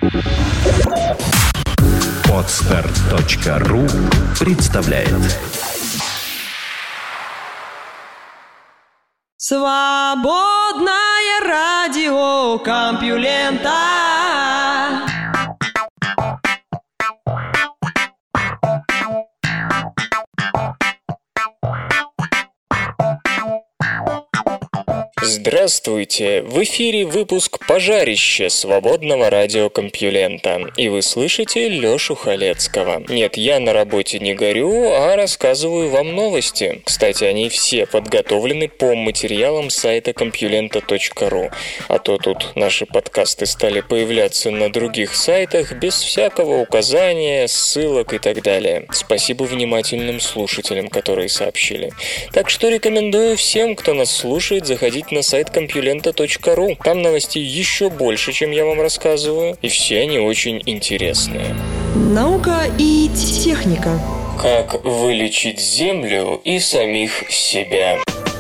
Podster.ru представляет. Свободное радио Компьюлента. Здравствуйте! В эфире выпуск «Пожарище» свободного радиокомпьюлента. И вы слышите Лёшу Халецкого. Нет, я на работе не горю, а рассказываю вам новости. Кстати, они все подготовлены по материалам сайта compulenta.ru. А то тут наши подкасты стали появляться на других сайтах без всякого указания, ссылок и так далее. Спасибо внимательным слушателям, которые сообщили. Так что рекомендую всем, кто нас слушает, заходить на сайт compulenta.ru. Там новостей еще больше, чем я вам рассказываю, и все они очень интересные. Наука и техника. Как вылечить Землю и самих себя.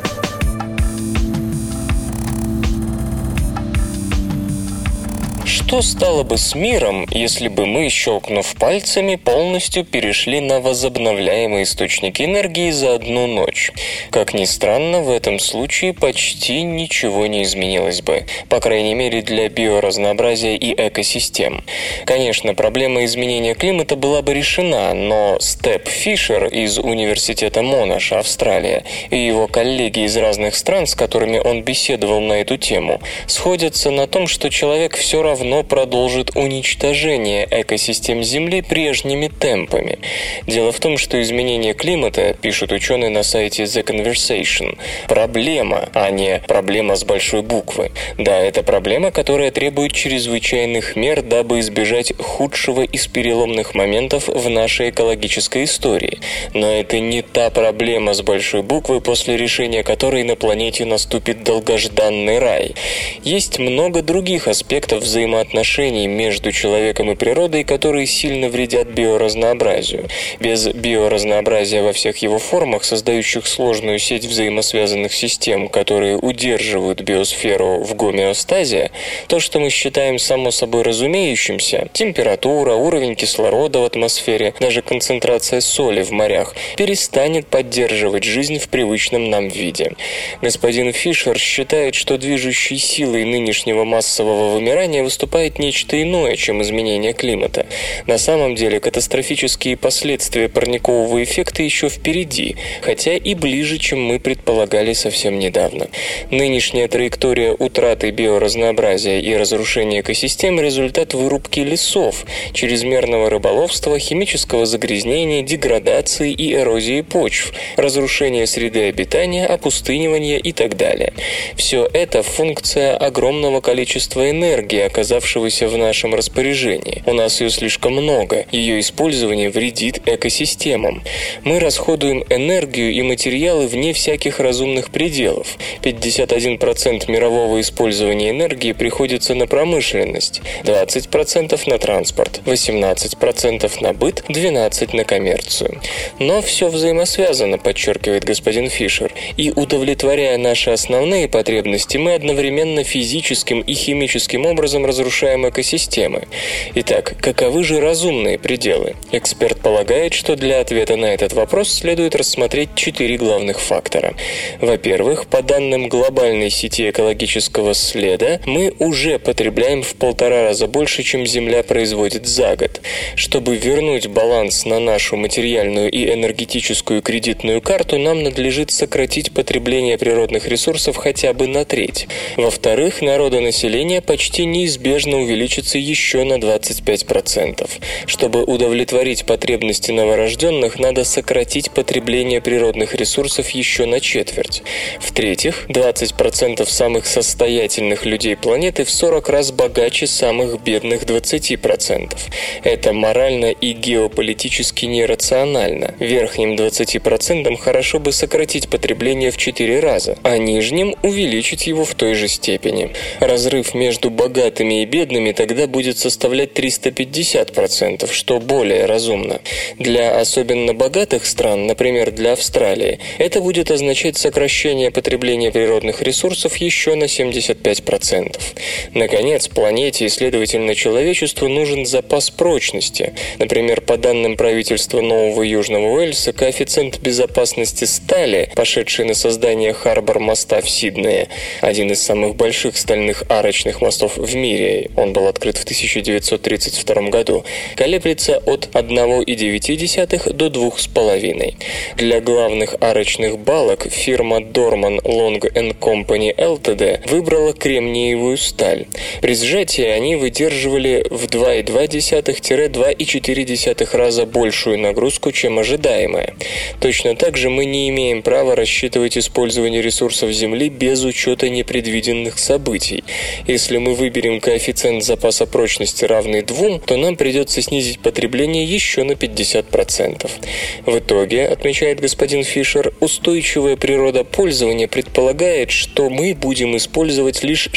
Что стало бы с миром, если бы мы, щелкнув пальцами, полностью перешли на возобновляемые источники энергии за одну ночь? Как ни странно, в этом случае почти ничего не изменилось бы, по крайней мере для биоразнообразия и экосистем. Конечно, проблема изменения климата была бы решена, но Степ Фишер из Университета Монаш, Австралия, и его коллеги из разных стран, с которыми он беседовал на эту тему, сходятся на том, что человек все равно продолжит уничтожение экосистем Земли прежними темпами. Дело в том, что изменение климата, пишут ученые на сайте The Conversation, проблема, а не проблема с большой буквы. Да, это проблема, которая требует чрезвычайных мер, дабы избежать худшего из переломных моментов в нашей экологической истории. Но это не та проблема с большой буквы, после решения которой на планете наступит долгожданный рай. Есть много других аспектов взаимоотношений между человеком и природой, которые сильно вредят биоразнообразию. Без биоразнообразия во всех его формах, создающих сложную сеть взаимосвязанных систем, которые удерживают биосферу в гомеостазе, то, что мы считаем само собой разумеющимся, температура, уровень кислорода в атмосфере, даже концентрация соли в морях, перестанет поддерживать жизнь в привычном нам виде. Господин Фишер считает, что движущей силой нынешнего массового вымирания выступает нечто иное, чем изменение климата. На самом деле катастрофические последствия парникового эффекта еще впереди, хотя и ближе, чем мы предполагали совсем недавно. Нынешняя траектория утраты биоразнообразия и разрушения экосистем – результат вырубки лесов, чрезмерного рыболовства, химического загрязнения, деградации и эрозии почв, разрушения среды обитания, опустынивания и так далее. Все это функция огромного количества энергии, оказавшегося в нашем распоряжении. У нас ее слишком много, ее использование вредит экосистемам. Мы расходуем энергию и материалы вне всяких разумных пределов. 51% мирового использования энергии приходится на промышленность, 20% на транспорт, 18% на быт, 12% на коммерцию. Но все взаимосвязано, подчеркивает господин Фишер, и удовлетворяя наши основные потребности, мы одновременно физическим и химическим образом разрушаем экосистемы. Итак, каковы же разумные пределы? Эксперт полагает, что для ответа на этот вопрос следует рассмотреть 4 главных фактора. Во-первых, по данным глобальной сети экологического следа, мы уже потребляем в 1,5 раза больше, чем Земля производит за год. Чтобы вернуть баланс на нашу материальную и энергетическую кредитную карту, нам надлежит сократить потребление природных ресурсов хотя бы на треть. Во-вторых, народонаселение почти неизбежно увеличится еще на 25%. Чтобы удовлетворить потребности новорожденных, надо сократить потребление природных ресурсов еще на четверть. В-третьих, 20% самых состоятельных людей планеты в 40 раз богаче самых бедных 20%. Это морально и геополитически нерационально. Верхним 20% хорошо бы сократить потребление в 4 раза, а нижним увеличить его в той же степени. Разрыв между богатыми богатыми и бедными тогда будет составлять 350%, что более разумно. Для особенно богатых стран, например, для Австралии, это будет означать сокращение потребления природных ресурсов еще на 75%. Наконец, планете и, следовательно, человечеству нужен запас прочности. Например, по данным правительства Нового Южного Уэльса, коэффициент безопасности стали, пошедший на создание Харбор-моста в Сиднее, один из самых больших стальных арочных мостов в мире, он был открыт в 1932 году, колеблется от 1,9 до 2,5. Для главных арочных балок фирма Dorman Long & Company Ltd. Выбрала кремниевую сталь. При сжатии они выдерживали в 2,2-2,4 раза большую нагрузку, чем ожидаемая. Точно так же мы не имеем права рассчитывать использование ресурсов Земли без учета непредвиденных событий. Если мы выберем коэффициент запаса прочности равный 2, то нам придется снизить потребление еще на 50%. В итоге, отмечает господин Фишер, устойчивое природопользование предполагает, что мы будем использовать лишь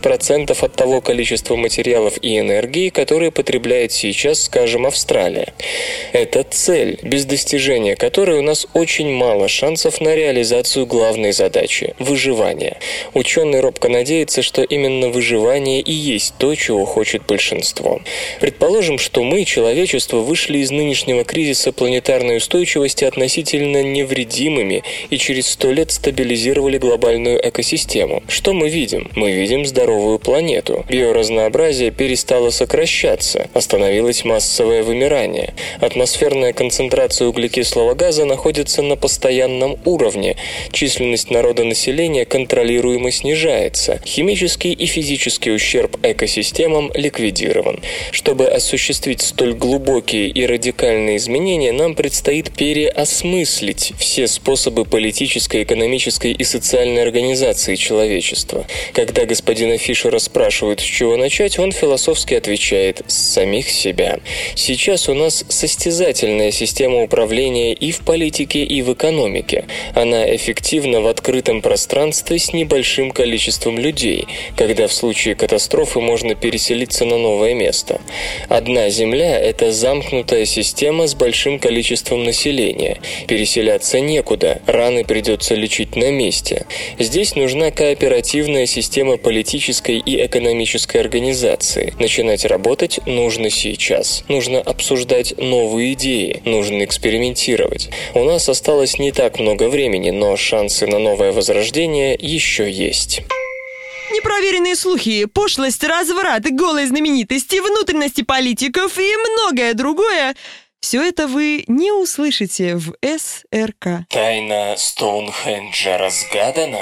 6% от того количества материалов и энергии, которые потребляет сейчас, скажем, Австралия. Это цель, без достижения которой у нас очень мало шансов на реализацию главной задачи – выживания. Ученый робко надеется, что именно выживание и есть то, чего хочет большинство. Предположим, что мы, человечество, вышли из нынешнего кризиса планетарной устойчивости относительно невредимыми и через 100 лет стабилизировали глобальную экосистему. Что мы видим? Мы видим здоровую планету. Биоразнообразие перестало сокращаться, остановилось массовое вымирание. Атмосферная концентрация углекислого газа находится на постоянном уровне. Численность народонаселения контролируемо снижается. Химический и физический ущерб экосистемам ликвидирован. Чтобы осуществить столь глубокие и радикальные изменения, нам предстоит переосмыслить все способы политической, экономической и социальной организации человечества. Когда господина Фишера спрашивают, с чего начать, он философски отвечает: с самих себя. Сейчас у нас состязательная система управления и в политике, и в экономике. Она эффективна в открытом пространстве с небольшим количеством людей, когда в случае катастрофы можно переселиться на новое место. Одна Земля – это замкнутая система с большим количеством населения. Переселяться некуда, раны придется лечить на месте. Здесь нужна кооперативная система политической и экономической организации. Начинать работать нужно сейчас. Нужно обсуждать новые идеи, нужно экспериментировать. У нас осталось не так много времени, но шансы на новое возрождение еще есть. Непроверенные слухи, пошлость, разврат, голые знаменитости, внутренности политиков и многое другое – все это вы не услышите в СРК. Тайна Стоунхенджа разгадана.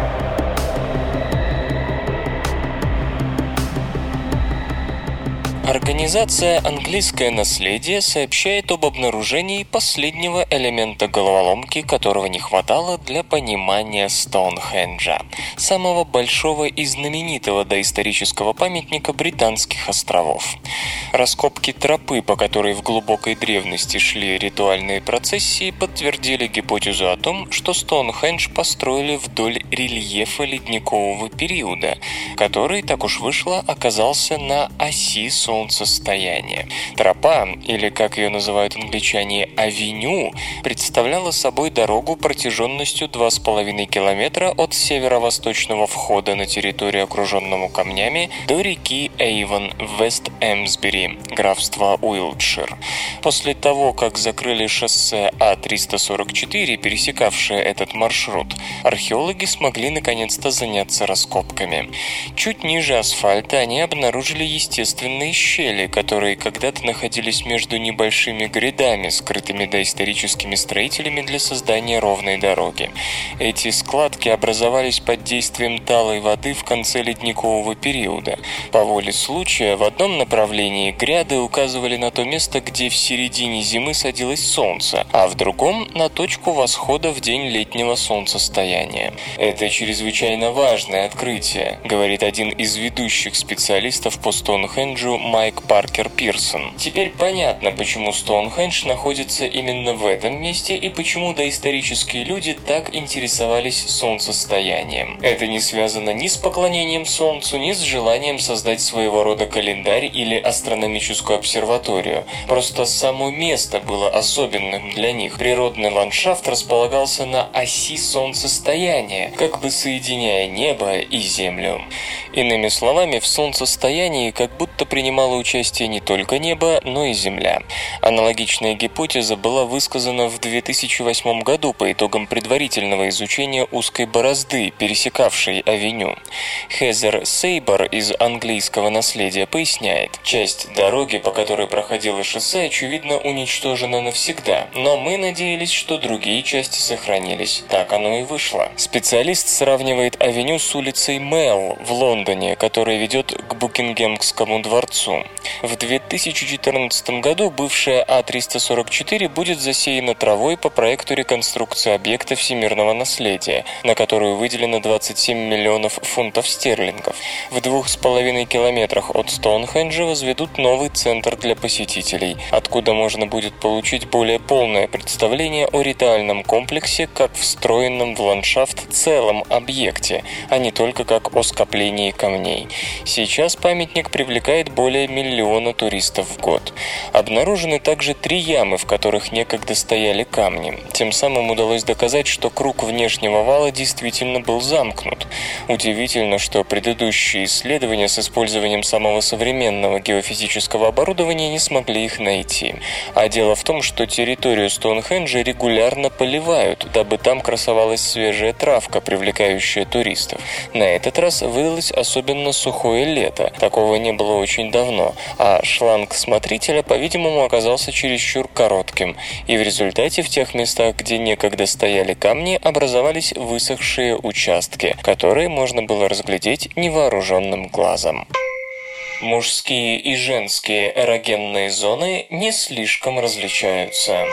Организация «Английское наследие» сообщает об обнаружении последнего элемента головоломки, которого не хватало для понимания Стоунхенджа, самого большого и знаменитого доисторического памятника Британских островов. Раскопки тропы, по которой в глубокой древности шли ритуальные процессии, подтвердили гипотезу о том, что Стоунхендж построили вдоль рельефа ледникового периода, который, так уж вышло, оказался на оси солнцестояния. Тропа, или как ее называют англичане «авеню», представляла собой дорогу протяженностью 2,5 километра от северо-восточного входа на территорию, окруженному камнями, до реки Эйвон в Вест-Эмсбери, графство Уилтшир. После того, как закрыли шоссе А-344, пересекавшее этот маршрут, археологи смогли наконец-то заняться раскопками. Чуть ниже асфальта они обнаружили естественные щели, которые когда-то находились между небольшими грядами, скрытыми доисторическими строителями для создания ровной дороги. Эти складки образовались под действием талой воды в конце ледникового периода. По воле случая, в одном направлении гряды указывали на то место, где в середине зимы садилось солнце, а в другом – на точку восхода в день летнего солнцестояния. Это чрезвычайно важное открытие, говорит один из ведущих специалистов по Стоунхенджу Майк Паркер Пирсон. Теперь понятно, почему Стоунхендж находится именно в этом месте и почему доисторические люди так интересовались солнцестоянием. Это не связано ни с поклонением Солнцу, ни с желанием создать своего рода календарь или астрономическую обсерваторию. Просто само место было особенным для них. Природный ландшафт располагался на оси солнцестояния, как бы соединяя небо и землю. Иными словами, в солнцестоянии как будто принимало участие не только небо, но и земля. Аналогичная гипотеза была высказана в 2008 году по итогам предварительного изучения узкой борозды, пересекавшей авеню. Хезер Сейбор из английского наследия поясняет: часть дороги, по которой проходило шоссе, очевидно уничтожена навсегда, но мы надеялись, что другие части сохранились. Так оно и вышло. Специалист сравнивает авеню с улицей Мэл в Лондоне, которая ведет к Букингемскому дворцу. В 2014 году бывшая А344 будет засеяна травой по проекту реконструкции объекта всемирного наследия, на которую выделено 27 миллионов фунтов стерлингов. В 2,5 километрах от Стоунхенджа возведут новый центр для посетителей, откуда можно будет получить более полное представление о ритуальном комплексе как встроенном в ландшафт целом объекте, а не только как о скоплении камней. Сейчас памятник привлекает более 1 миллиона туристов в год. Обнаружены также 3 ямы, в которых некогда стояли камни. Тем самым удалось доказать, что круг внешнего вала действительно был замкнут. Удивительно, что предыдущие исследования с использованием самого современного геофизического оборудования не смогли их найти. А дело в том, что территорию Стоунхенджа регулярно поливают, дабы там красовалась свежая травка, привлекающая туристов. На этот раз выдалось особенно сухое лето. Такого не было очень давно, а шланг смотрителя, по-видимому, оказался чересчур коротким, и в результате в тех местах, где некогда стояли камни, образовались высохшие участки, которые можно было разглядеть невооруженным глазом. Мужские и женские эрогенные зоны не слишком различаются.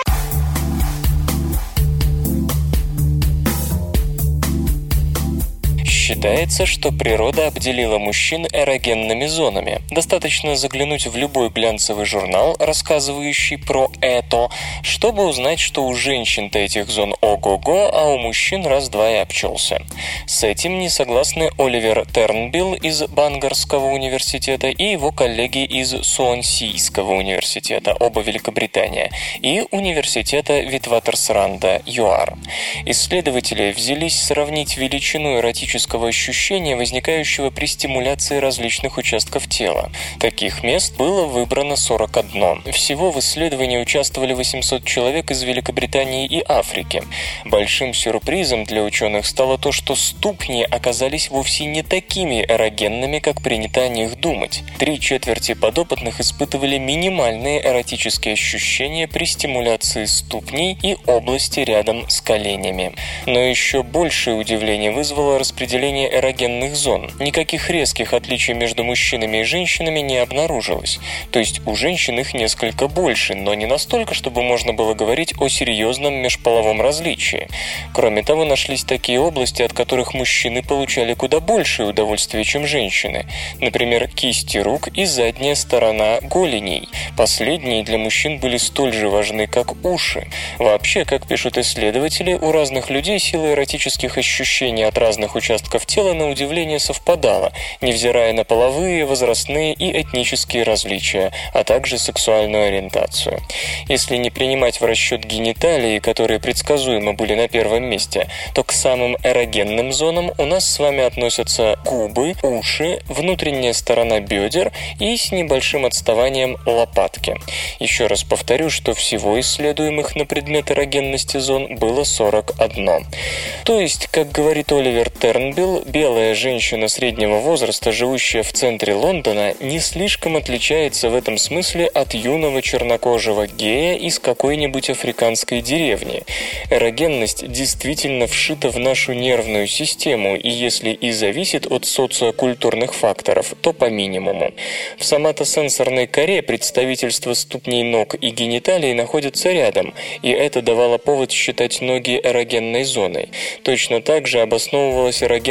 Считается, что природа обделила мужчин эрогенными зонами. Достаточно заглянуть в любой глянцевый журнал, рассказывающий про это, чтобы узнать, что у женщин-то этих зон ого-го, а у мужчин раз-два и обчелся. С этим не согласны Оливер Тернбилл из Бангарского университета и его коллеги из Суонсийского университета, оба Великобритания, и университета Витватерсранда, ЮАР. Исследователи взялись сравнить величину эротического ощущения, возникающего при стимуляции различных участков тела. Таких мест было выбрано 41. Всего в исследовании участвовали 800 человек из Великобритании и Африки. Большим сюрпризом для ученых стало то, что ступни оказались вовсе не такими эрогенными, как принято о них думать. 3/4 подопытных испытывали минимальные эротические ощущения при стимуляции ступней и области рядом с коленями. Но еще большее удивление вызвало распределение эрогенных зон. Никаких резких отличий между мужчинами и женщинами не обнаружилось. То есть у женщин их несколько больше, но не настолько, чтобы можно было говорить о серьезном межполовом различии. Кроме того, нашлись такие области, от которых мужчины получали куда большее удовольствие, чем женщины. Например, кисти рук и задняя сторона голеней. Последние для мужчин были столь же важны, как уши. Вообще, как пишут исследователи, у разных людей сила эротических ощущений от разных участков тела на удивление совпадала, невзирая на половые, возрастные и этнические различия, а также сексуальную ориентацию. Если не принимать в расчет гениталии, которые предсказуемо были на первом месте, то к самым эрогенным зонам у нас с вами относятся губы, уши, внутренняя сторона бедер и с небольшим отставанием лопатки. Еще раз повторю, что всего исследуемых на предмет эрогенности зон было 41. То есть, как говорит Оливер Тернбилл, белая женщина среднего возраста, живущая в центре Лондона, не слишком отличается в этом смысле от юного чернокожего гея из какой-нибудь африканской деревни. Эрогенность действительно вшита в нашу нервную систему, и если и зависит от социокультурных факторов, то по минимуму. В соматосенсорной коре представительство ступней ног и гениталий находятся рядом, и это давало повод считать ноги эрогенной зоной. Точно так же обосновывалась эрогенность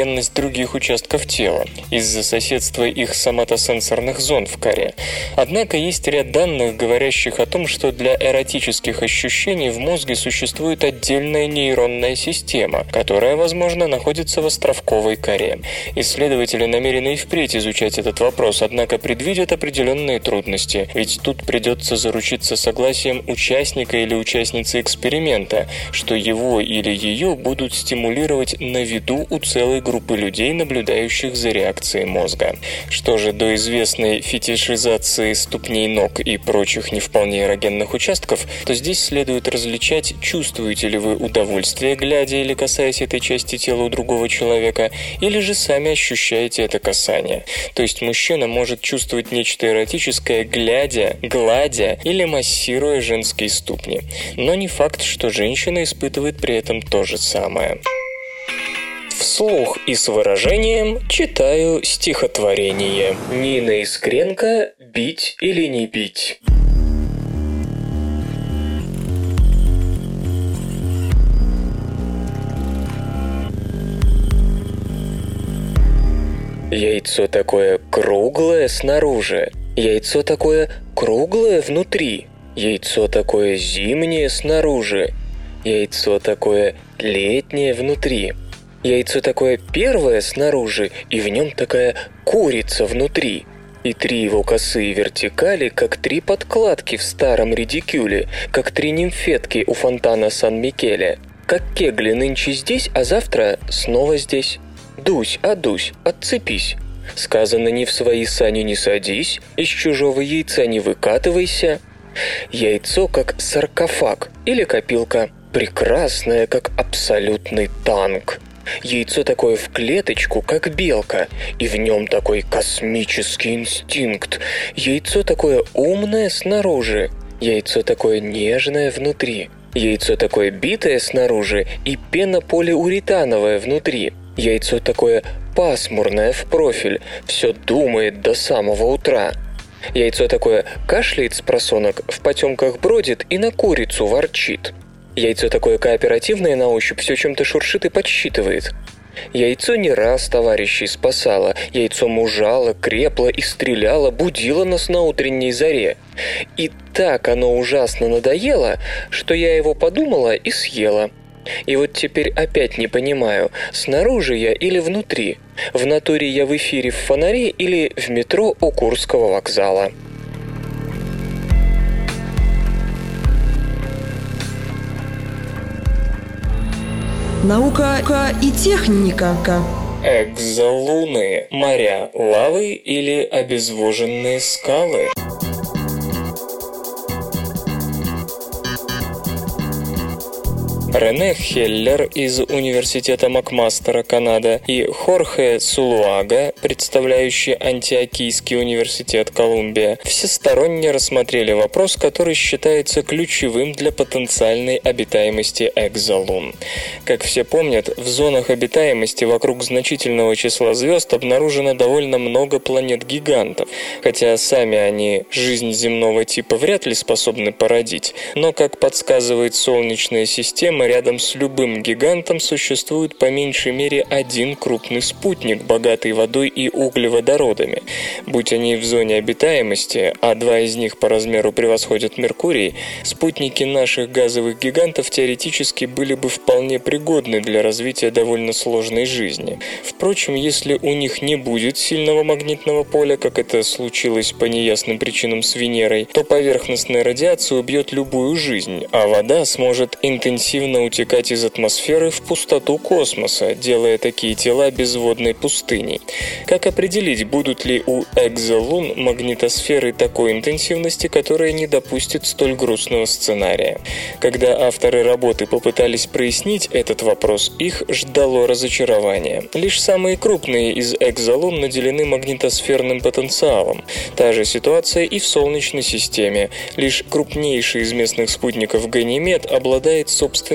эрогенность других участков тела из-за соседства их соматосенсорных зон в коре. Однако есть ряд данных, говорящих о том, что для эротических ощущений в мозге существует отдельная нейронная система, которая, возможно, находится в островковой коре. Исследователи намерены и впредь изучать этот вопрос, однако предвидят определенные трудности, ведь тут придется заручиться согласием участника или участницы эксперимента, что его или ее будут стимулировать на виду у целой группы людей, наблюдающих за реакцией мозга. Что же до известной фетишизации ступней, ног и прочих не вполне эрогенных участков, то здесь следует различать, чувствуете ли вы удовольствие, глядя или касаясь этой части тела у другого человека, или же сами ощущаете это касание. То есть мужчина может чувствовать нечто эротическое, глядя, гладя или массируя женские ступни. Но не факт, что женщина испытывает при этом то же самое. Вслух и с выражением читаю стихотворение. Нина Искренко «Бить или не бить». Яйцо такое круглое снаружи, яйцо такое круглое внутри, яйцо такое зимнее снаружи, яйцо такое летнее внутри, яйцо такое первое снаружи, и в нем такая курица внутри. И 3 его косые вертикали, как 3 подкладки в старом редикюле, как 3 нимфетки у фонтана Сан-Микеле. Как кегли нынче здесь, а завтра снова здесь. Дусь, адусь, отцепись. Сказано, не в свои сани не садись, из чужого яйца не выкатывайся. Яйцо, как саркофаг или копилка, прекрасное, как абсолютный танк. Яйцо такое в клеточку, как белка, и в нем такой космический инстинкт. Яйцо такое умное снаружи, яйцо такое нежное внутри. Яйцо такое битое снаружи и пенополиуретановое внутри. Яйцо такое пасмурное в профиль, все думает до самого утра. Яйцо такое кашляет с просонок, в потемках бродит и на курицу ворчит. Яйцо такое кооперативное на ощупь, все чем-то шуршит и подсчитывает. Яйцо не раз товарищей спасало, яйцо мужало, крепло и стреляло, будило нас на утренней заре. И так оно ужасно надоело, что я его подумала и съела. И вот теперь опять не понимаю, снаружи я или внутри, в натуре я в эфире в фонаре или в метро у Курского вокзала. Наука и техника. Экзолуны, моря лавы или обезвоженные скалы. Рене Хеллер из Университета Макмастера, Канада, и Хорхе Сулуага, представляющий Антиокийский университет, Колумбия, всесторонне рассмотрели вопрос, который считается ключевым для потенциальной обитаемости экзолун. Как все помнят, в зонах обитаемости вокруг значительного числа звезд обнаружено довольно много планет-гигантов, хотя сами они жизнь земного типа вряд ли способны породить, но, как подсказывает Солнечная система, рядом с любым гигантом существует по меньшей мере один крупный спутник, богатый водой и углеводородами. Будь они в зоне обитаемости, а 2 из них по размеру превосходят Меркурий, спутники наших газовых гигантов теоретически были бы вполне пригодны для развития довольно сложной жизни. Впрочем, если у них не будет сильного магнитного поля, как это случилось по неясным причинам с Венерой, то поверхностная радиация убьет любую жизнь, а вода сможет интенсивно утекать из атмосферы в пустоту космоса, делая такие тела безводной пустыней. Как определить, будут ли у экзолун магнитосферы такой интенсивности, которая не допустит столь грустного сценария? Когда авторы работы попытались прояснить этот вопрос, их ждало разочарование. Лишь самые крупные из экзолун наделены магнитосферным потенциалом. Та же ситуация и в Солнечной системе. Лишь крупнейший из местных спутников Ганимед обладает собственным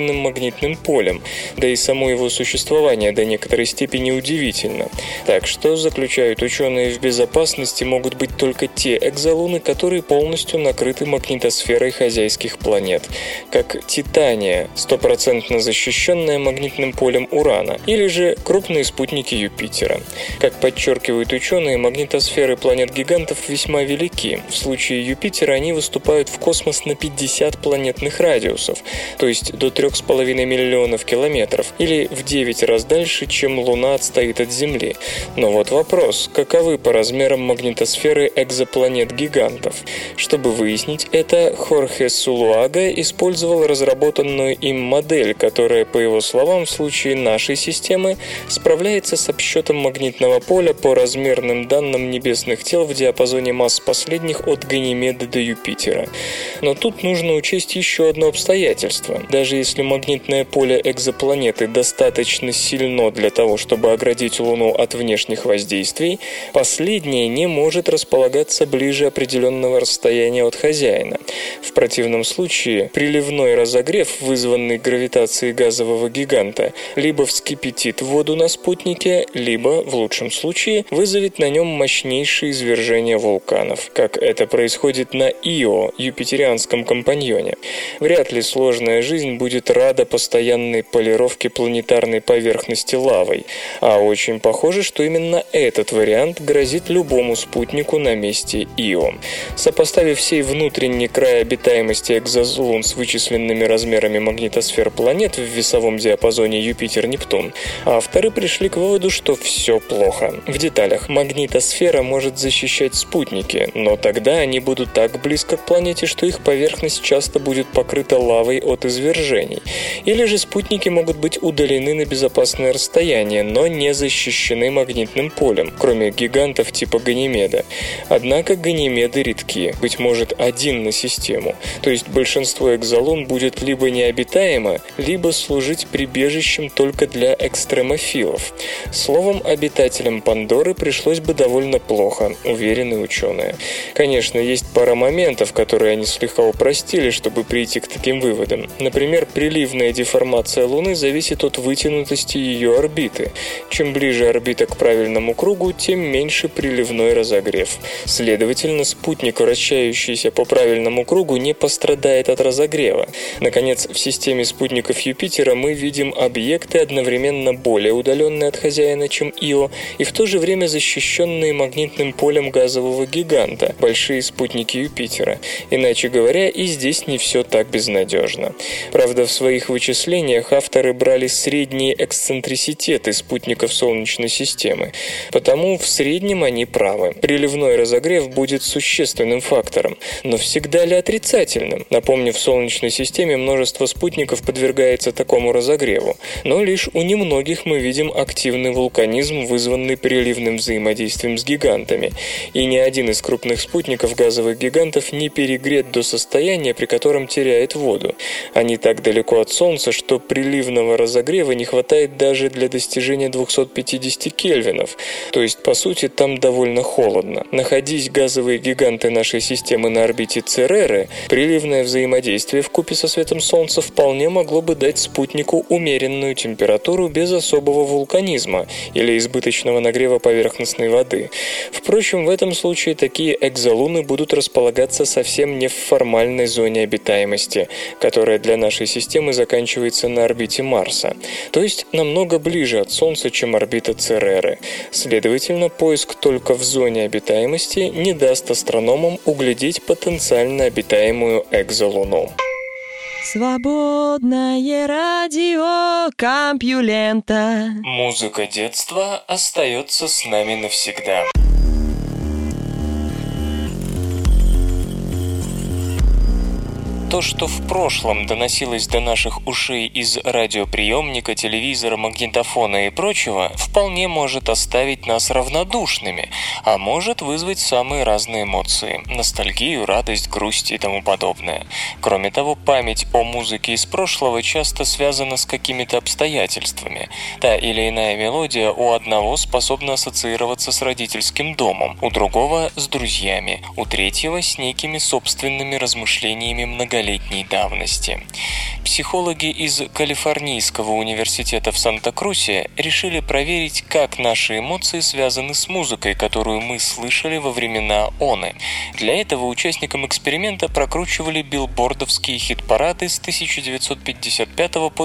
постоянным магнитным полем, да и само его существование до некоторой степени удивительно. Так что, заключают ученые, в безопасности могут быть только те экзолуны, которые полностью накрыты магнитосферой хозяйских планет, как Титания, 100% защищенная магнитным полем Урана, или же крупные спутники Юпитера. Как подчеркивают ученые, магнитосферы планет-гигантов весьма велики. В случае Юпитера они выступают в космос на 50 планетных радиусов, то есть до 3,5 миллионов километров, или в 9 раз дальше, чем Луна отстоит от Земли. Но вот вопрос, каковы по размерам магнитосферы экзопланет-гигантов? Чтобы выяснить это, Хорхе Сулуага использовал разработанную им модель, которая, по его словам, в случае нашей системы справляется с обсчетом магнитного поля по размерным данным небесных тел в диапазоне масс последних от Ганимеды до Юпитера. Но тут нужно учесть еще одно обстоятельство. Даже если магнитное поле экзопланеты достаточно сильно для того, чтобы оградить Луну от внешних воздействий, последнее не может располагаться ближе определенного расстояния от хозяина. В противном случае приливной разогрев, вызванный гравитацией газового гиганта, либо вскипятит воду на спутнике, либо, в лучшем случае, вызовет на нем мощнейшее извержение вулканов, как это происходит на Ио, юпитерианском компаньоне. Вряд ли сложная жизнь будет рада постоянной полировке планетарной поверхности лавой, а очень похоже, что именно этот вариант грозит любому спутнику на месте Ио. Сопоставив всей внутренний край обитаемости экзолун с вычисленными размерами магнитосфер планет в весовом диапазоне Юпитер-Нептун, авторы пришли к выводу, что все плохо. В деталях: магнитосфера может защищать спутники, но тогда они будут так близко к планете, что их поверхность часто будет покрыта лавой от извержений. Или же спутники могут быть удалены на безопасное расстояние, но не защищены магнитным полем, кроме гигантов типа Ганимеда. Однако Ганимеды редки, быть может, один на систему, то есть большинство экзолун будет либо необитаемо, либо служить прибежищем только для экстремофилов. Словом, обитателям Пандоры пришлось бы довольно плохо, уверены ученые. Конечно, есть пара моментов, которые они слегка упростили, чтобы прийти к таким выводам. Например, приливная деформация Луны зависит от вытянутости ее орбиты. Чем ближе орбита к правильному кругу, тем меньше приливной разогрев. Следовательно, спутник, вращающийся по правильному кругу, не пострадает от разогрева. Наконец, в системе спутников Юпитера мы видим объекты, одновременно более удаленные от хозяина, чем Ио, и в то же время защищенные магнитным полем газового гиганта, большие спутники Юпитера. Иначе говоря, и здесь не все так безнадежно. Правда, в своих вычислениях авторы брали средние эксцентриситеты спутников Солнечной системы. Потому в среднем они правы. Приливной разогрев будет существенным фактором. Но всегда ли отрицательным? Напомню, в Солнечной системе множество спутников подвергается такому разогреву. Но лишь у немногих мы видим активный вулканизм, вызванный приливным взаимодействием с гигантами. И ни один из крупных спутников газовых гигантов не перегрет до состояния, при котором теряет воду. Они так далеко от Солнца, что приливного разогрева не хватает даже для достижения 250 кельвинов. То есть, по сути, там довольно холодно. Находясь газовые гиганты нашей системы на орбите Цереры, приливное взаимодействие вкупе со светом Солнца вполне могло бы дать спутнику умеренную температуру без особого вулканизма или избыточного нагрева поверхностной воды. Впрочем, в этом случае такие экзолуны будут располагаться совсем не в формальной зоне обитаемости, которая для нашей системы заканчивается на орбите Марса, то есть намного ближе от Солнца, чем орбита Цереры. Следовательно, поиск только в зоне обитаемости не даст астрономам углядеть потенциально обитаемую экзолуну. Свободное радио Компьюлента. Музыка детства остается с нами навсегда. То, что в прошлом доносилось до наших ушей из радиоприемника, телевизора, магнитофона и прочего, вполне может оставить нас равнодушными, а может вызвать самые разные эмоции – ностальгию, радость, грусть и тому подобное. Кроме того, память о музыке из прошлого часто связана с какими-то обстоятельствами. Та или иная мелодия у одного способна ассоциироваться с родительским домом, у другого – с друзьями, у третьего – с некими собственными размышлениями многолетней давности. Психологи из Калифорнийского университета в Санта-Крусе решили проверить, как наши эмоции связаны с музыкой, которую мы слышали во времена оны. Для этого участникам эксперимента прокручивали билбордовские хит-парады с 1955 по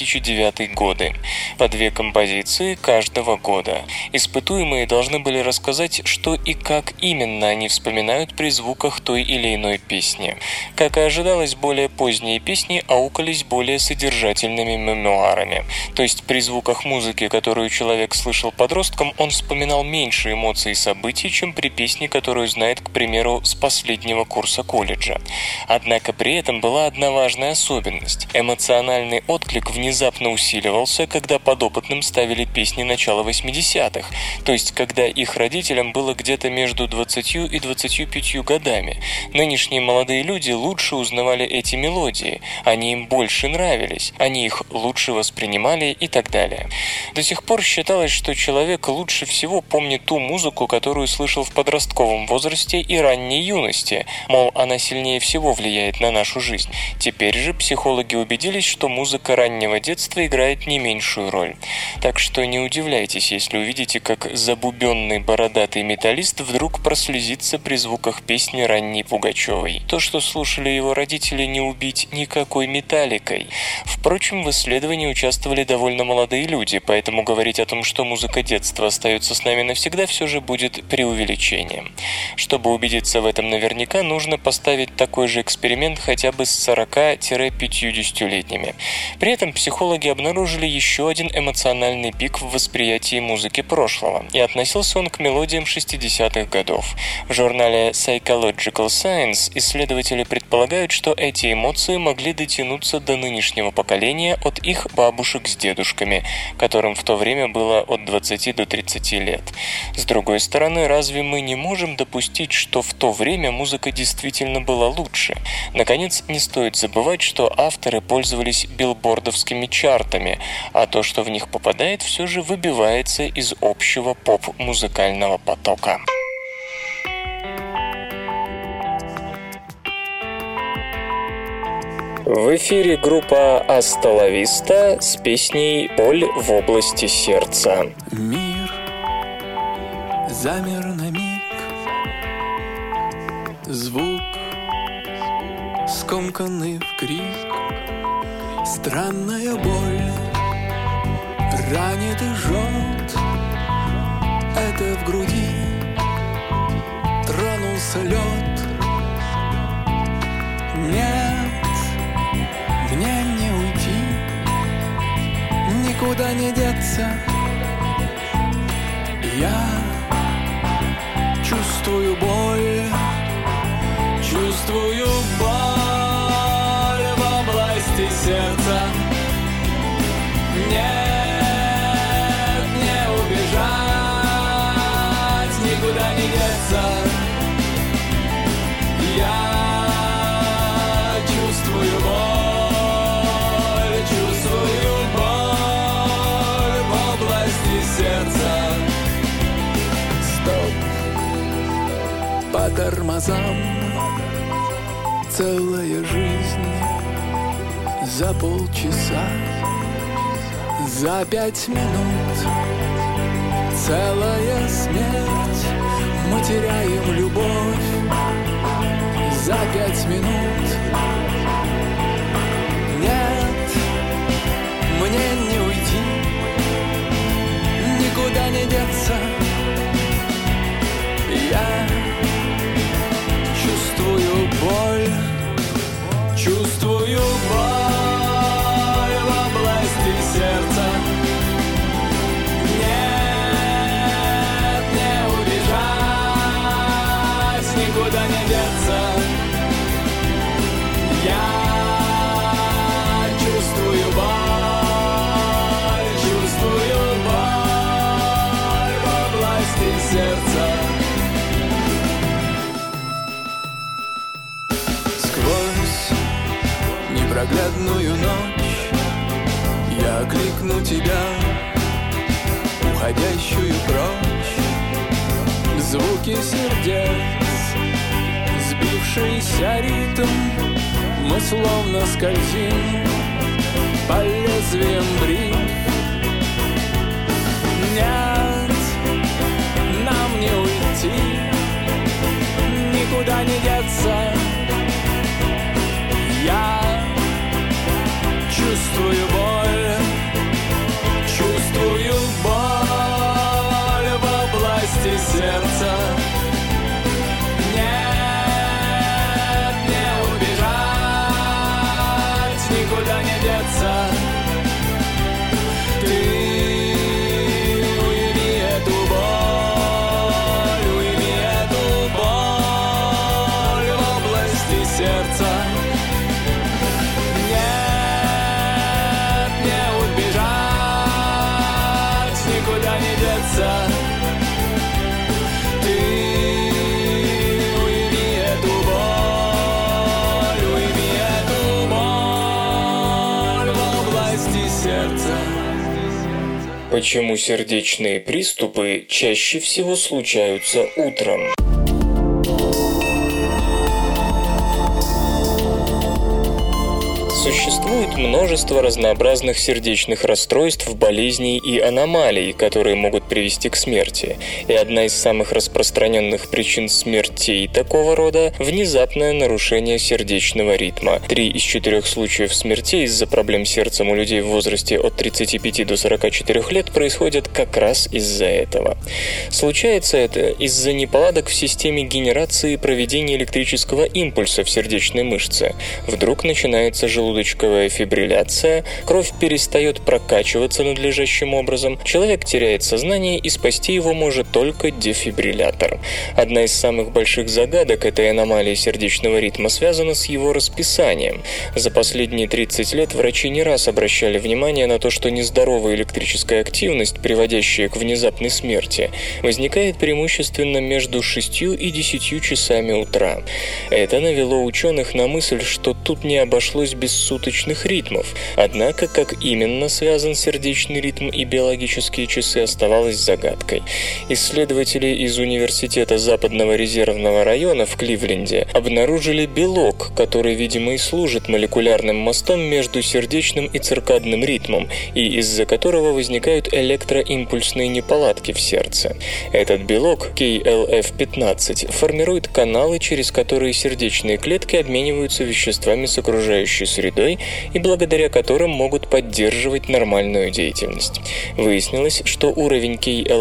2009 годы, по 2 композиции каждого года. Испытуемые должны были рассказать, что и как именно они вспоминают при звуках той или иной песни. Как и ожидалось, более поздние песни аукались более содержательными мемуарами. То есть при звуках музыки, которую человек слышал подростком, он вспоминал меньше эмоций и событий, чем при песне, которую знает, к примеру, с последнего курса колледжа. Однако при этом была одна важная особенность. Эмоциональный отклик внезапно усиливался, когда подопытным ставили песни начала 80-х, то есть когда их родителям было где-то между 20 и 25 годами. Нынешние молодые люди лучше узнавали эти мелодии, они им больше нравились, они их лучше воспринимали и так далее. До сих пор считалось, что человек лучше всего помнит ту музыку, которую слышал в подростковом возрасте и ранней юности, мол, она сильнее всего влияет на нашу жизнь. Теперь же психологи убедились, что музыка раннего детства играет не меньшую роль. Так что не удивляйтесь, если увидите, как забубенный бородатый металлист вдруг прослезится при звуках песни ранней Пугачевой. То, что слушали его родители, не убить никакой металликой. Впрочем, в исследовании участвовали довольно молодые люди, поэтому говорить о том, что музыка детства остается с нами навсегда, все же будет преувеличением. Чтобы убедиться в этом наверняка, нужно поставить такой же эксперимент хотя бы с 40-50-летними. При этом психологи обнаружили еще один эмоциональный пик в восприятии музыки прошлого, и относился он к мелодиям 60-х годов. В журнале Psychological Science исследователи предполагают, что эти эмоции могли дотянуться до нынешнего поколения от их бабушек с дедушками, которым в то время было от 20 до 30 лет. С другой стороны, разве мы не можем допустить, что в то время музыка действительно была лучше? Наконец, не стоит забывать, что авторы пользовались билбордовскими чартами, а то, что в них попадает, все же выбивается из общего поп-музыкального потока. В эфире группа «Аста ла Виста» с песней «Боль в области сердца». Мир замер на миг, звук скомканный в крик, странная боль ранит и жжет, это в груди тронулся лед. Нет, мне не уйти, никуда не деться. Я чувствую боль в области сердца. Нет, не убежать, никуда не деться. Я чувствую боль в области сердца. Стоп, по тормозам, целая жизнь за полчаса, за 5 минут, целая смерть. Мы теряем любовь за 5 минут. Нет, мне не уйти, никуда не деться. Я чувствую боль в области сердца. Нет, не убежать, никуда не деться. Я чувствую боль в области сердца. Непроглядную ночь я окликну тебя, уходящую прочь. Звуки сердец, сбившийся ритм Мы словно скользим по лезвиям бритв. Нет, нам не уйти, никуда не деться. Я чувствую боль в области сердца. Нет, не убежать, никуда не деться. Ты уйми эту боль в области сердца. Нет, не убежать, никуда не деться. Ты уйми эту боль в области сердца. Почему сердечные приступы чаще всего случаются утром? Существует множество разнообразных сердечных расстройств, болезней и аномалий, которые могут привести к смерти. И одна из самых распространенных причин смертей такого рода – внезапное нарушение сердечного ритма. 3 из 4 случаев смертей из-за проблем с сердцем у людей в возрасте от 35 до 44 лет происходят как раз из-за этого. Случается это из-за неполадок в системе генерации и проведения электрического импульса в сердечной мышце. Вдруг начинается желудочковая фибрилляция, кровь перестает прокачиваться надлежащим образом, человек теряет сознание, и спасти его может только дефибриллятор. Одна из самых больших загадок этой аномалии сердечного ритма связана с его расписанием. За последние 30 лет врачи не раз обращали внимание на то, что нездоровая электрическая активность, приводящая к внезапной смерти, возникает преимущественно между 6 и 10 часами утра. Это навело ученых на мысль, что тут не обошлось без суточных ритмов. Однако, как именно связан сердечный ритм и биологические часы, оставалось загадкой. Исследователи из Университета Западного резервного района в Кливленде обнаружили белок, который, видимо, и служит молекулярным мостом между сердечным и циркадным ритмом, и из-за которого возникают электроимпульсные неполадки в сердце. Этот белок, KLF15, формирует каналы, через которые сердечные клетки обмениваются веществами с окружающей средой и благодаря которым могут поддерживать нормальную деятельность. Выяснилось, что уровень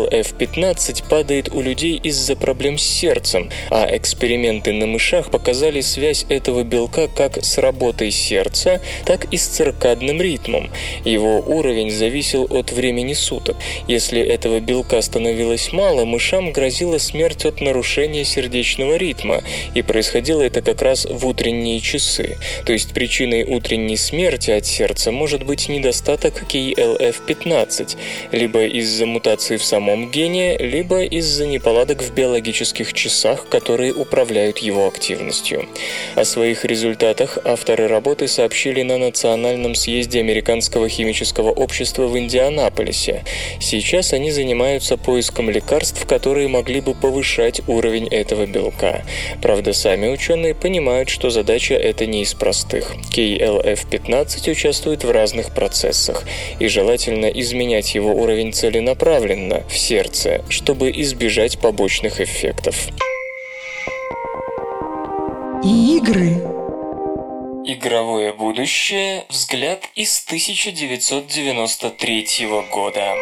KLF15 падает у людей из-за проблем с сердцем, а эксперименты на мышах показали связь этого белка как с работой сердца, так и с циркадным ритмом. Его уровень зависел от времени суток. Если этого белка становилось мало, мышам грозила смерть от нарушения сердечного ритма, и происходило это как раз в утренние часы. То есть причиной утренней смерти от сердца может быть недостаток KLF15, либо из-за мутации в самом гене, либо из-за неполадок в биологических часах, которые управляют его активностью. О своих результатах авторы работы сообщили на Национальном съезде Американского химического общества в Индианаполисе. Сейчас они занимаются поиском лекарств, которые могли бы повышать уровень этого белка. Правда, сами ученые понимают, что задача эта не из простых. KLF15 участвует в разных процессах, и желательно изменять его уровень целенаправленно, в сердце, чтобы избежать побочных эффектов. Игры. Игровое будущее. Взгляд из 1993 года.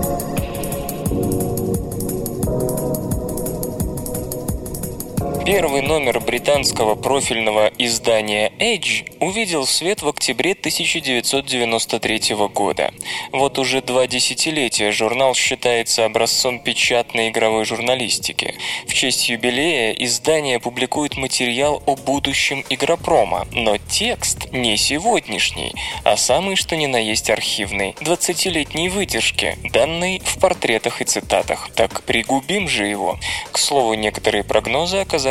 Первый номер британского профильного издания Edge увидел свет в октябре 1993 года. Вот уже 2 десятилетия журнал считается образцом печатной игровой журналистики. В честь юбилея издание публикует материал о будущем игропрома, но текст не сегодняшний, а самый что ни на есть архивный, 20-летней выдержки, данный в портретах и цитатах. Так пригубим же его. К слову, некоторые прогнозы оказались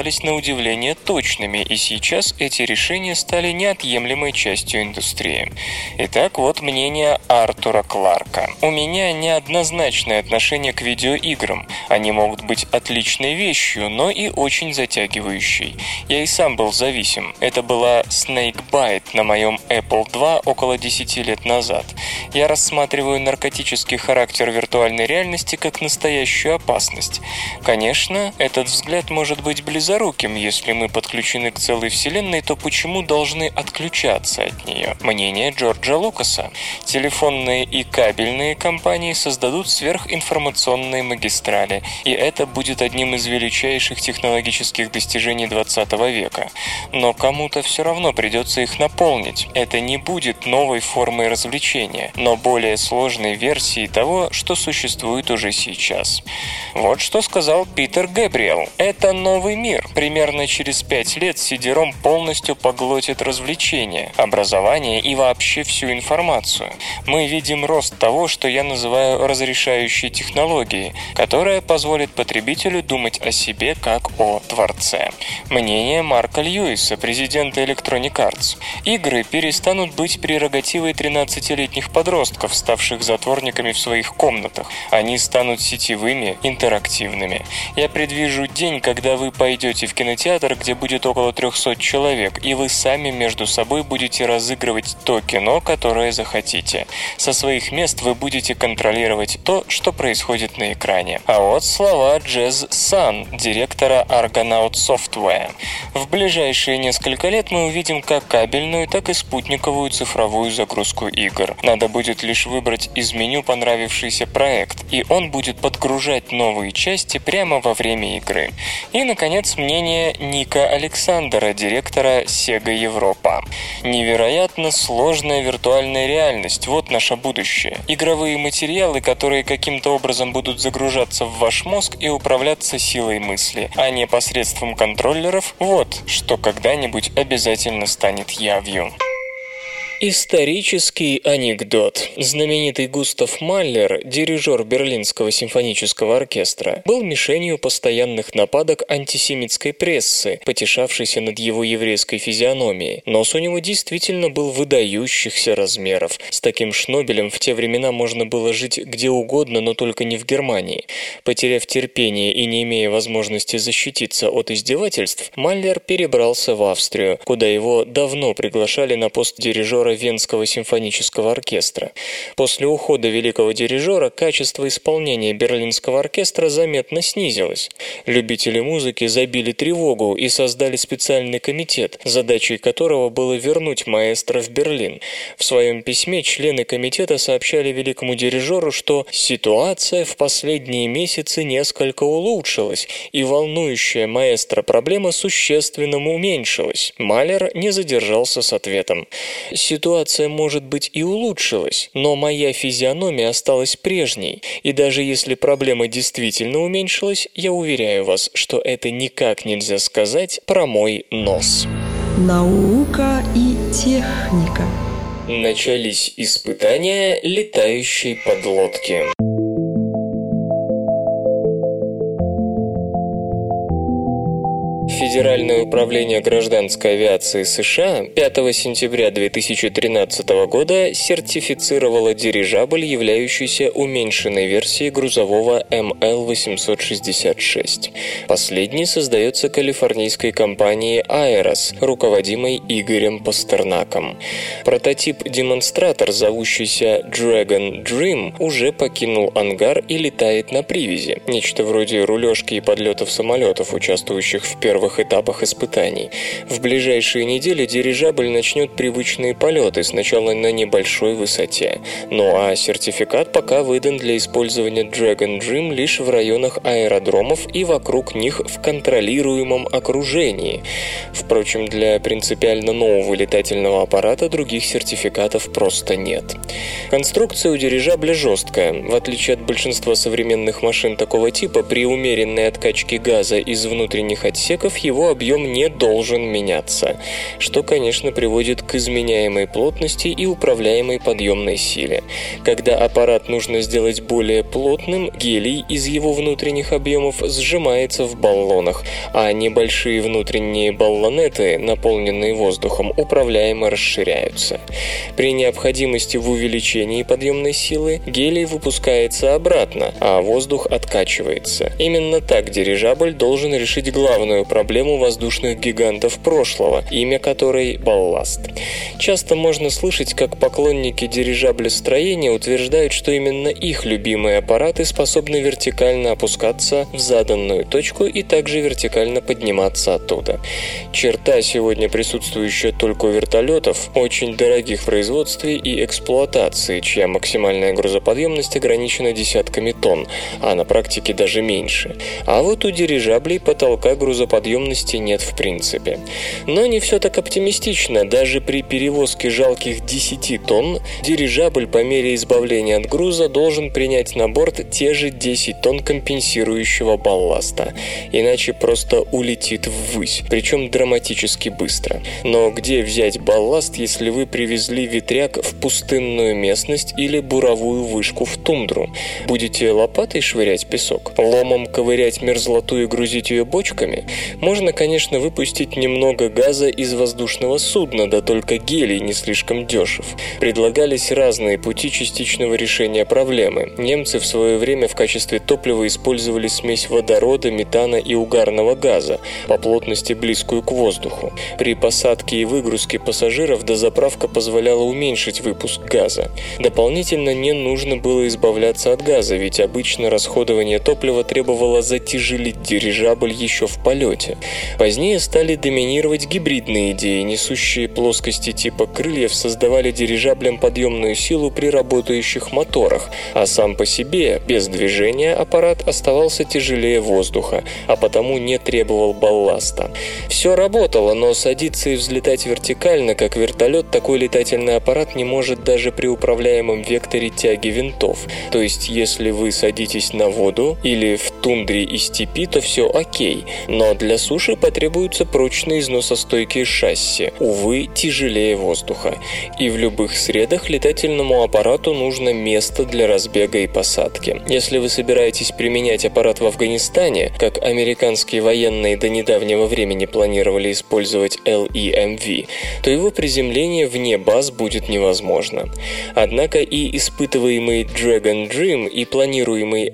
оказались на удивление точными, и сейчас эти решения стали неотъемлемой частью индустрии. Итак, вот мнение Артура Кларка. У меня неоднозначное отношение к видеоиграм. Они могут быть отличной вещью, но и очень затягивающей. Я и сам был зависим. Это была Snakebite на моем Apple II около 10 лет назад. Я рассматриваю наркотический характер виртуальной реальности как настоящую опасность. Конечно, этот взгляд может быть близоруким. Если мы подключены к целой вселенной, то почему должны отключаться от нее? Мнение Джорджа Лукаса. Телефонные и кабельные компании создадут сверхинформационные магистрали, и это будет одним из величайших технологических достижений 20 века. Но кому-то все равно придется их наполнить. Это не будет новой формой развлечения, но более сложной версией того, что существует уже сейчас. Вот что сказал Питер Гэбриэл. Это новый мир. Примерно через 5 лет CD-ROM полностью поглотит развлечения, образование и вообще всю информацию. Мы видим рост того, что я называю разрешающей технологией, которая позволит потребителю думать о себе как о творце. Мнение Марка Льюиса, президента Electronic Arts. Игры перестанут быть прерогативой 13-летних подростков, ставших затворниками в своих комнатах. Они станут сетевыми, интерактивными. Я предвижу день, когда вы пойдете в кинотеатр, где будет около 300 человек, и вы сами между собой будете разыгрывать то кино, которое захотите. Со своих мест вы будете контролировать то, что происходит на экране. А вот слова Jez Sun, директора Argonaut Software. В ближайшие несколько лет мы увидим как кабельную, так и спутниковую цифровую загрузку игр. Надо будет лишь выбрать из меню понравившийся проект, и он будет подгружать новые части прямо во время игры. И, наконец, мнение Ника Александера, директора Sega Европа. Невероятно сложная виртуальная реальность – вот наше будущее. Игровые материалы, которые каким-то образом будут загружаться в ваш мозг и управляться силой мысли, а не посредством контроллеров – вот что когда-нибудь обязательно станет явью. Исторический анекдот. Знаменитый Густав Маллер, дирижер Берлинского симфонического оркестра, был мишенью постоянных нападок антисемитской прессы, потешавшейся над его еврейской физиономией. Нос у него действительно был выдающихся размеров. С таким шнобелем в те времена можно было жить где угодно, но только не в Германии. Потеряв терпение и не имея возможности защититься от издевательств, Маллер перебрался в Австрию, куда его давно приглашали на пост дирижера Венского симфонического оркестра. После ухода великого дирижера качество исполнения Берлинского оркестра заметно снизилось. Любители музыки забили тревогу и создали специальный комитет, задачей которого было вернуть маэстро в Берлин. В своем письме члены комитета сообщали великому дирижеру, что ситуация в последние месяцы несколько улучшилась, и волнующая маэстро проблема существенно уменьшилась. Маллер не задержался с ответом. Ситуация, может быть, и улучшилась, но моя физиономия осталась прежней, и даже если проблема действительно уменьшилась, я уверяю вас, что это никак нельзя сказать про мой нос. Наука и техника. Начались испытания летающей подлодки. Федеральное управление гражданской авиации США 5 сентября 2013 года сертифицировало дирижабль, являющийся уменьшенной версией грузового ML-866. Последний создается калифорнийской компанией Aeros, руководимой Игорем Пастернаком. Прототип-демонстратор, зовущийся Dragon Dream, уже покинул ангар и летает на привязи, нечто вроде рулежки и подлетов самолетов, участвующих в первых этапах испытаний. В ближайшие недели дирижабль начнет привычные полеты, сначала на небольшой высоте. Ну а сертификат пока выдан для использования Dragon Dream лишь в районах аэродромов и вокруг них в контролируемом окружении. Впрочем, для принципиально нового летательного аппарата других сертификатов просто нет. Конструкция у дирижабля жесткая. В отличие от большинства современных машин такого типа, при умеренной откачке газа из внутренних отсеков его его объем не должен меняться, что, конечно, приводит к изменяемой плотности и управляемой подъемной силе. Когда аппарат нужно сделать более плотным, гелий из его внутренних объемов сжимается в баллонах, а небольшие внутренние баллонеты, наполненные воздухом, управляемо расширяются. При необходимости в увеличении подъемной силы гелий выпускается обратно, а воздух откачивается. Именно так дирижабль должен решить главную проблему воздушных гигантов прошлого, имя которой – балласт. Часто можно слышать, как поклонники дирижаблестроения утверждают, что именно их любимые аппараты способны вертикально опускаться в заданную точку и также вертикально подниматься оттуда. Черта, сегодня присутствующая только у вертолетов, очень дорогих в производстве и эксплуатации, чья максимальная грузоподъемность ограничена десятками тонн, а на практике даже меньше. А вот у дирижаблей потолка грузоподъемности нет в принципе. Но не все так оптимистично. Даже при перевозке жалких 10 тонн дирижабль по мере избавления от груза должен принять на борт те же 10 тонн компенсирующего балласта. Иначе просто улетит ввысь, причем драматически быстро. Но где взять балласт, если вы привезли ветряк в пустынную местность или буровую вышку в тундру? Будете лопатой швырять песок? Ломом ковырять мерзлоту и грузить ее бочками? Можно, конечно, выпустить немного газа из воздушного судна, да только гелий не слишком дешев. Предлагались разные пути частичного решения проблемы. Немцы в свое время в качестве топлива использовали смесь водорода, метана и угарного газа, по плотности близкую к воздуху. При посадке и выгрузке пассажиров дозаправка позволяла уменьшить выпуск газа. Дополнительно не нужно было избавляться от газа, ведь обычно расходование топлива требовало затяжелить дирижабль еще в полете. Позднее стали доминировать гибридные идеи, несущие плоскости типа крыльев создавали дирижаблям подъемную силу при работающих моторах, а сам по себе, без движения, аппарат оставался тяжелее воздуха, а потому не требовал балласта. Все работало, но садиться и взлетать вертикально, как вертолет, такой летательный аппарат не может даже при управляемом векторе тяги винтов. То есть, если вы садитесь на воду или в тундре и степи, то все окей, но для суши потребуются прочные износостойкие шасси, увы, тяжелее воздуха. И в любых средах летательному аппарату нужно место для разбега и посадки. Если вы собираетесь применять аппарат в Афганистане, как американские военные до недавнего времени планировали использовать LEMV, то его приземление вне баз будет невозможно. Однако и испытываемый Dragon Dream и планируемый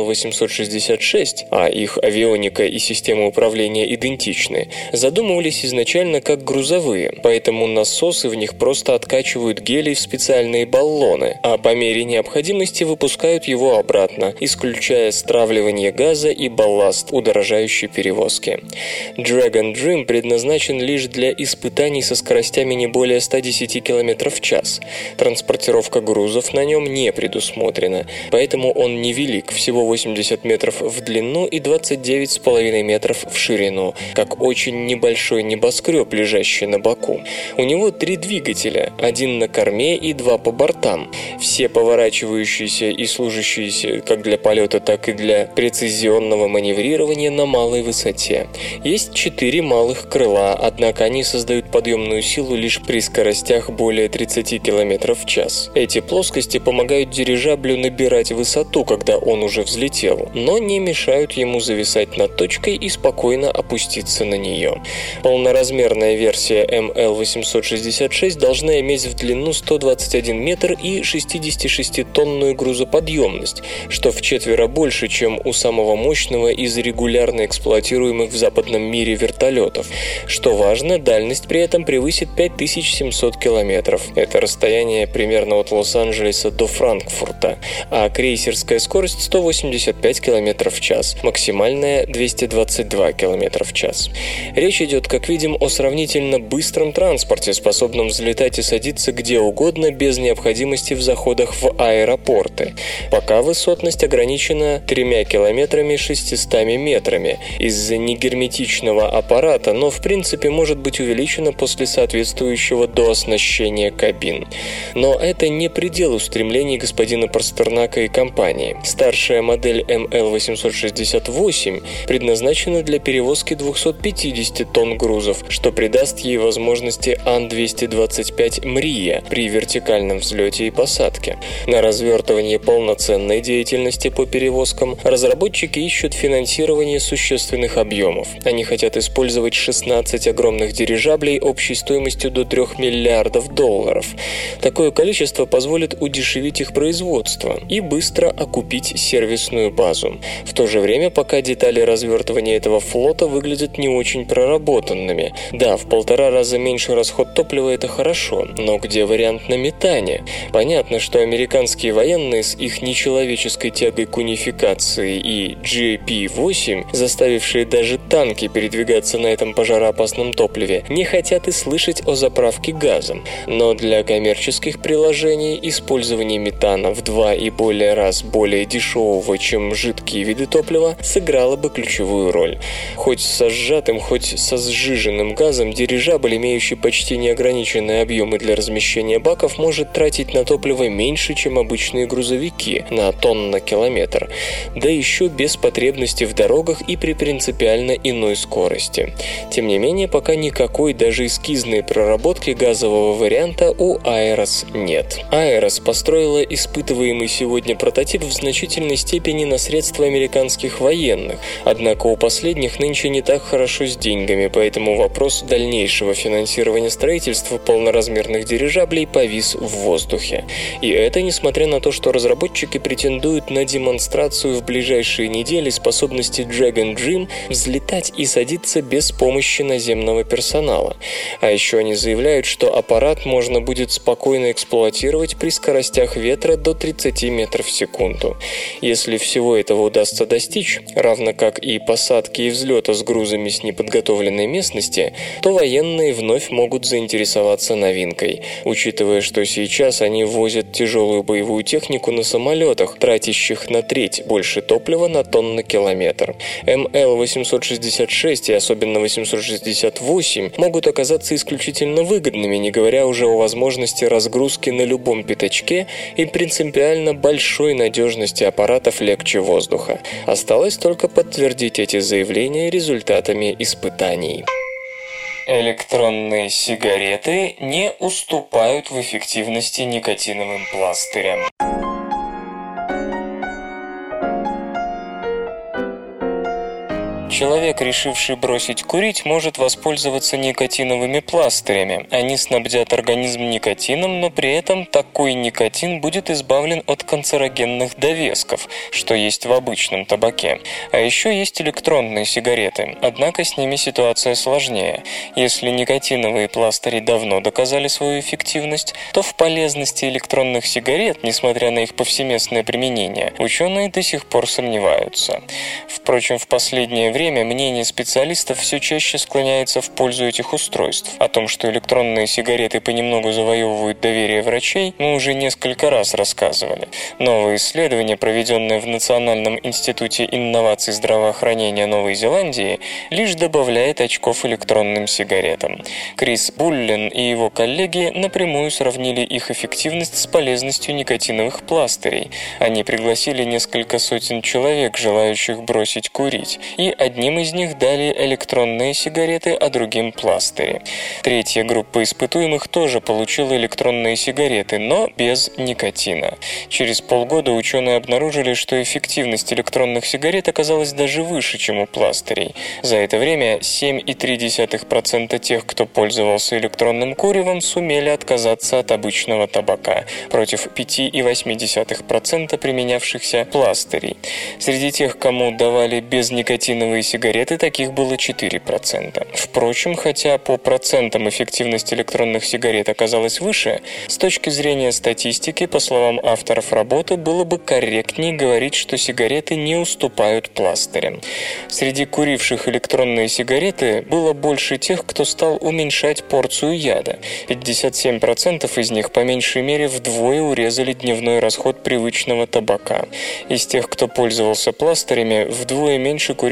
ML-866, а их авионика и система управления идентичны, задумывались изначально как грузовые, поэтому насосы в них просто откачивают гелий в специальные баллоны, а по мере необходимости выпускают его обратно, исключая стравливание газа и балласт у дорожающей перевозки. Dragon Dream предназначен лишь для испытаний со скоростями не более 110 км в час. Транспортировка грузов на нем не предусмотрена, поэтому он невелик, всего 80 метров в длину и 29,5 метров в ширину, как очень небольшой небоскреб, лежащий на боку. У него 3 двигателя, один на корме и 2 по бортам. Все поворачивающиеся и служащиеся как для полета, так и для прецизионного маневрирования на малой высоте. Есть 4 малых крыла, однако они создают подъемную силу лишь при скоростях более 30 км в час. Эти плоскости помогают дирижаблю набирать высоту, когда он уже взлетел, но не мешают ему зависать над точкой и спокойно опуститься на нее. Полноразмерная версия ML-866 должна иметь в длину 121 метр и 66-тонную грузоподъемность, что вчетверо больше, чем у самого мощного из регулярно эксплуатируемых в западном мире вертолетов. Что важно, дальность при этом превысит 5700 километров. Это расстояние примерно от Лос-Анджелеса до Франкфурта, а крейсерская скорость 185 км в час, максимальная 222 км в час. Речь идет, как видим, о сравнительно быстром транспорте, способном взлетать и садиться где угодно без необходимости в заходах в аэропорты. Пока высотность ограничена 3 километрами 600 метрами из-за негерметичного аппарата, но в принципе может быть увеличена после соответствующего дооснащения кабин. Но это не предел устремлений господина Пастернака и компании. Старшая модель ML-868 предназначена для перевозки свыше 250 тонн грузов, что придаст ей возможности Ан-225 «Мрия» при вертикальном взлете и посадке. На развертывание полноценной деятельности по перевозкам разработчики ищут финансирование существенных объемов. Они хотят использовать 16 огромных дирижаблей общей стоимостью до $3 миллиардов. Такое количество позволит удешевить их производство и быстро окупить сервисную базу. В то же время пока детали развертывания этого флота выглядят не очень проработанными. Да, в 1,5 раза меньше расход топлива — это хорошо, но где вариант на метане? Понятно, что американские военные с их нечеловеческой тягой к унификации и JP-8, заставившие даже танки передвигаться на этом пожароопасном топливе, не хотят и слышать о заправке газом. Но для коммерческих приложений использование метана в 2 и более раз более дешевого, чем жидкие виды топлива, сыграло бы ключевую роль. Хоть со сжатым, хоть со сжиженным газом дирижабль, имеющий почти неограниченные объемы для размещения баков, может тратить на топливо меньше, чем обычные грузовики, на тонн на километр, да еще без потребности в дорогах и при принципиально иной скорости. Тем не менее, пока никакой даже эскизной проработки газового варианта у Aeros нет. Aeros построила испытываемый сегодня прототип в значительной степени на средства американских военных, однако у последних нынче не так хорошо с деньгами, поэтому вопрос дальнейшего финансирования строительства полноразмерных дирижаблей повис в воздухе. И это несмотря на то, что разработчики претендуют на демонстрацию в ближайшие недели способности Dragon Dream взлетать и садиться без помощи наземного персонала. А еще они заявляют, что аппарат можно будет спокойно эксплуатировать при скоростях ветра до 30 метров в секунду. Если всего этого удастся достичь, равно как и посадки и взлета с грузами с неподготовленной местности, то военные вновь могут заинтересоваться новинкой, учитывая, что сейчас они возят тяжелую боевую технику на самолетах, тратящих на треть больше топлива на тонн на километр. МЛ-866 и особенно 868 могут оказаться исключительно выгодными, не говоря уже о возможности разгрузки на любом пятачке и принципиально большой надежности аппаратов легче воздуха. Осталось только подтвердить эти заявления результатами испытаний. Электронные сигареты не уступают в эффективности никотиновым пластырям. Человек, решивший бросить курить, может воспользоваться никотиновыми пластырями. Они снабдят организм никотином, но при этом такой никотин будет избавлен от канцерогенных довесков, что есть в обычном табаке. А еще есть электронные сигареты, однако с ними ситуация сложнее. Если никотиновые пластыри давно доказали свою эффективность, то в полезности электронных сигарет, несмотря на их повсеместное применение, ученые до сих пор сомневаются. Впрочем, в последнее время мнение специалистов все чаще склоняется в пользу этих устройств. О том, что электронные сигареты понемногу завоевывают доверие врачей, мы уже несколько раз рассказывали. Новое исследование, проведенное в Национальном институте инноваций здравоохранения Новой Зеландии, лишь добавляет очков электронным сигаретам. Крис Буллен и его коллеги напрямую сравнили их эффективность с полезностью никотиновых пластырей. Они пригласили несколько сотен человек, желающих бросить курить, и одним из них дали электронные сигареты, а другим пластыри. Третья группа испытуемых тоже получила электронные сигареты, но без никотина. Через полгода ученые обнаружили, что эффективность электронных сигарет оказалась даже выше, чем у пластырей. За это время 7,3% тех, кто пользовался электронным куревом, сумели отказаться от обычного табака, против 5,8% применявшихся пластырей. Среди тех, кому давали безникотиновые сигареты, таких было 4%. Впрочем, хотя по процентам эффективность электронных сигарет оказалась выше, с точки зрения статистики, по словам авторов работы, было бы корректнее говорить, что сигареты не уступают пластырям. Среди куривших электронные сигареты было больше тех, кто стал уменьшать порцию яда. 57% из них по меньшей мере вдвое урезали дневной расход привычного табака. Из тех, кто пользовался пластырями, вдвое меньше курить стали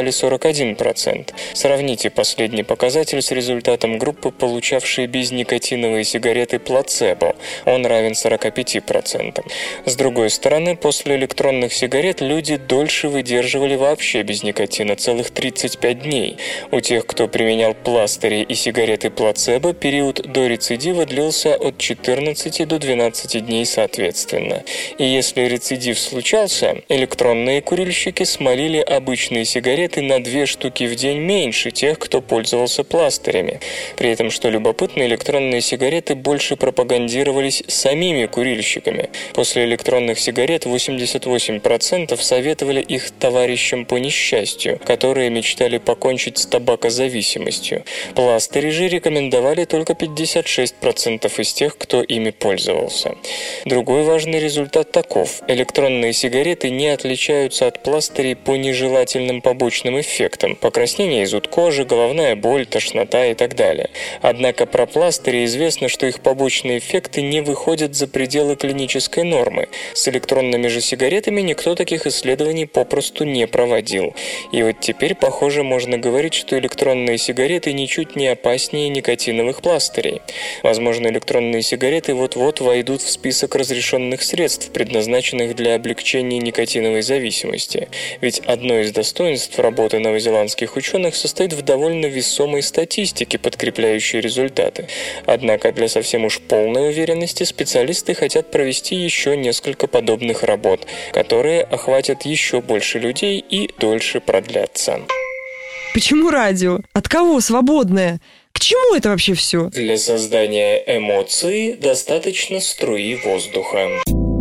составили 41%. Сравните последний показатель с результатом группы, получавшей безникотиновые сигареты плацебо. Он равен 45%. С другой стороны, после электронных сигарет люди дольше выдерживали вообще без никотина, целых 35 дней. У тех, кто применял пластыри и сигареты плацебо, период до рецидива длился от 14 до 12 дней соответственно. И если рецидив случался, электронные курильщики смолили обычные сигареты на 2 штуки в день меньше тех, кто пользовался пластырями. При этом, что любопытно, электронные сигареты больше пропагандировались самими курильщиками. После электронных сигарет 88% советовали их товарищам по несчастью, которые мечтали покончить с табакозависимостью. Пластыри же рекомендовали только 56% из тех, кто ими пользовался. Другой важный результат таков. Электронные сигареты не отличаются от пластырей по нежелательным побочным эффектам: покраснение и зуд кожи, головная боль, тошнота и так далее. Однако про пластыри известно, что их побочные эффекты не выходят за пределы клинической нормы. С электронными же сигаретами никто таких исследований попросту не проводил. И вот теперь, похоже, можно говорить, что электронные сигареты ничуть не опаснее никотиновых пластырей. Возможно, электронные сигареты вот-вот войдут в список разрешенных средств, предназначенных для облегчения никотиновой зависимости. Ведь одно из достоинств работы новозеландских ученых состоит в довольно весомой статистике, подкрепляющей результаты. Однако для совсем уж полной уверенности специалисты хотят провести еще несколько подобных работ, которые охватят еще больше людей и дольше продлятся. Почему радио? От кого свободное? К чему это вообще все? Для создания эмоций достаточно струи воздуха.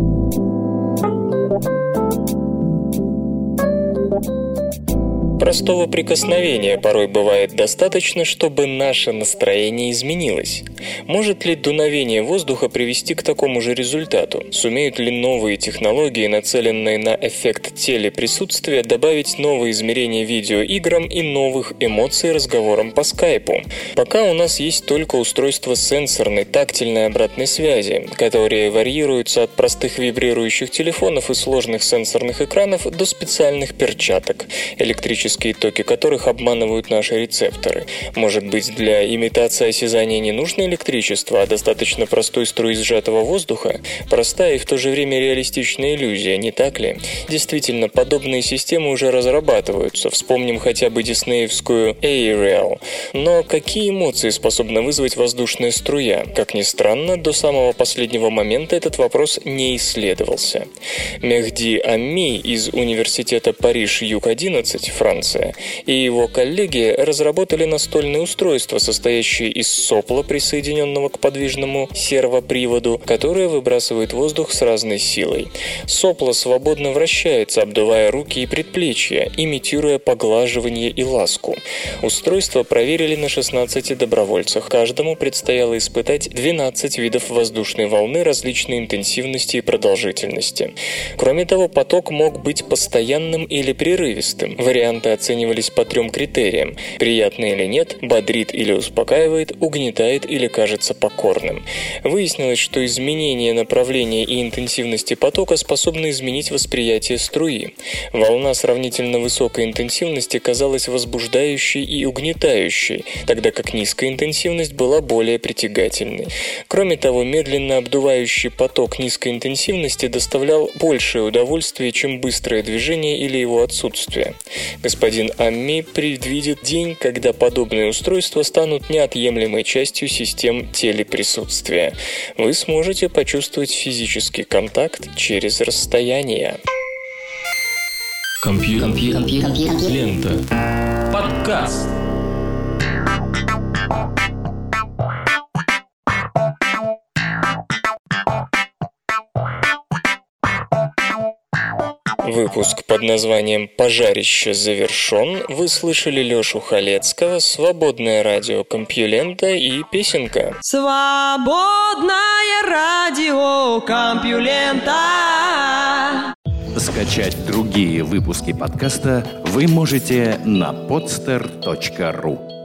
Простого прикосновения порой бывает достаточно, чтобы наше настроение изменилось. Может ли дуновение воздуха привести к такому же результату? Сумеют ли новые технологии, нацеленные на эффект телеприсутствия, добавить новые измерения видеоиграм и новых эмоций разговорам по скайпу? Пока у нас есть только устройства сенсорной, тактильной обратной связи, которые варьируются от простых вибрирующих телефонов и сложных сенсорных экранов до специальных перчаток, электрические токи которых обманывают наши рецепторы. Может быть, для имитации осязания не нужно электричество, а достаточно простой струи сжатого воздуха? Простая и в то же время реалистичная иллюзия, не так ли? Действительно, подобные системы уже разрабатываются. Вспомним хотя бы диснеевскую Ariel. Но какие эмоции способна вызвать воздушная струя? Как ни странно, до самого последнего момента этот вопрос не исследовался. Мехди Амми из университета Париж-Юг-11, Франция, и его коллеги разработали настольное устройство, состоящее из сопла, присоединенного к подвижному сервоприводу, которое выбрасывает воздух с разной силой. Сопло свободно вращается, обдувая руки и предплечья, имитируя поглаживание и ласку. Устройство проверили на 16 добровольцах. Каждому предстояло испытать 12 видов воздушной волны различной интенсивности и продолжительности. Кроме того, поток мог быть постоянным или прерывистым. Варианты оценивались по 3 критериям: приятно или нет, бодрит или успокаивает, угнетает или кажется покорным. Выяснилось, что изменение направления и интенсивности потока способны изменить восприятие струи. Волна сравнительно высокой интенсивности казалась возбуждающей и угнетающей, тогда как низкая интенсивность была более притягательной. Кроме того, медленно обдувающий поток низкой интенсивности доставлял большее удовольствие, чем быстрое движение или его отсутствие. Господин Амми предвидит день, когда подобные устройства станут неотъемлемой частью систем телеприсутствия. Вы сможете почувствовать физический контакт через расстояние. Лента. Подкаст. Выпуск под названием «Пожарище» завершен. Вы слышали Лёшу Халецкого, «Свободное радио Компьюлента» и песенка. Свободное радио Компьюлента. Скачать другие выпуски подкаста вы можете на podster.ru.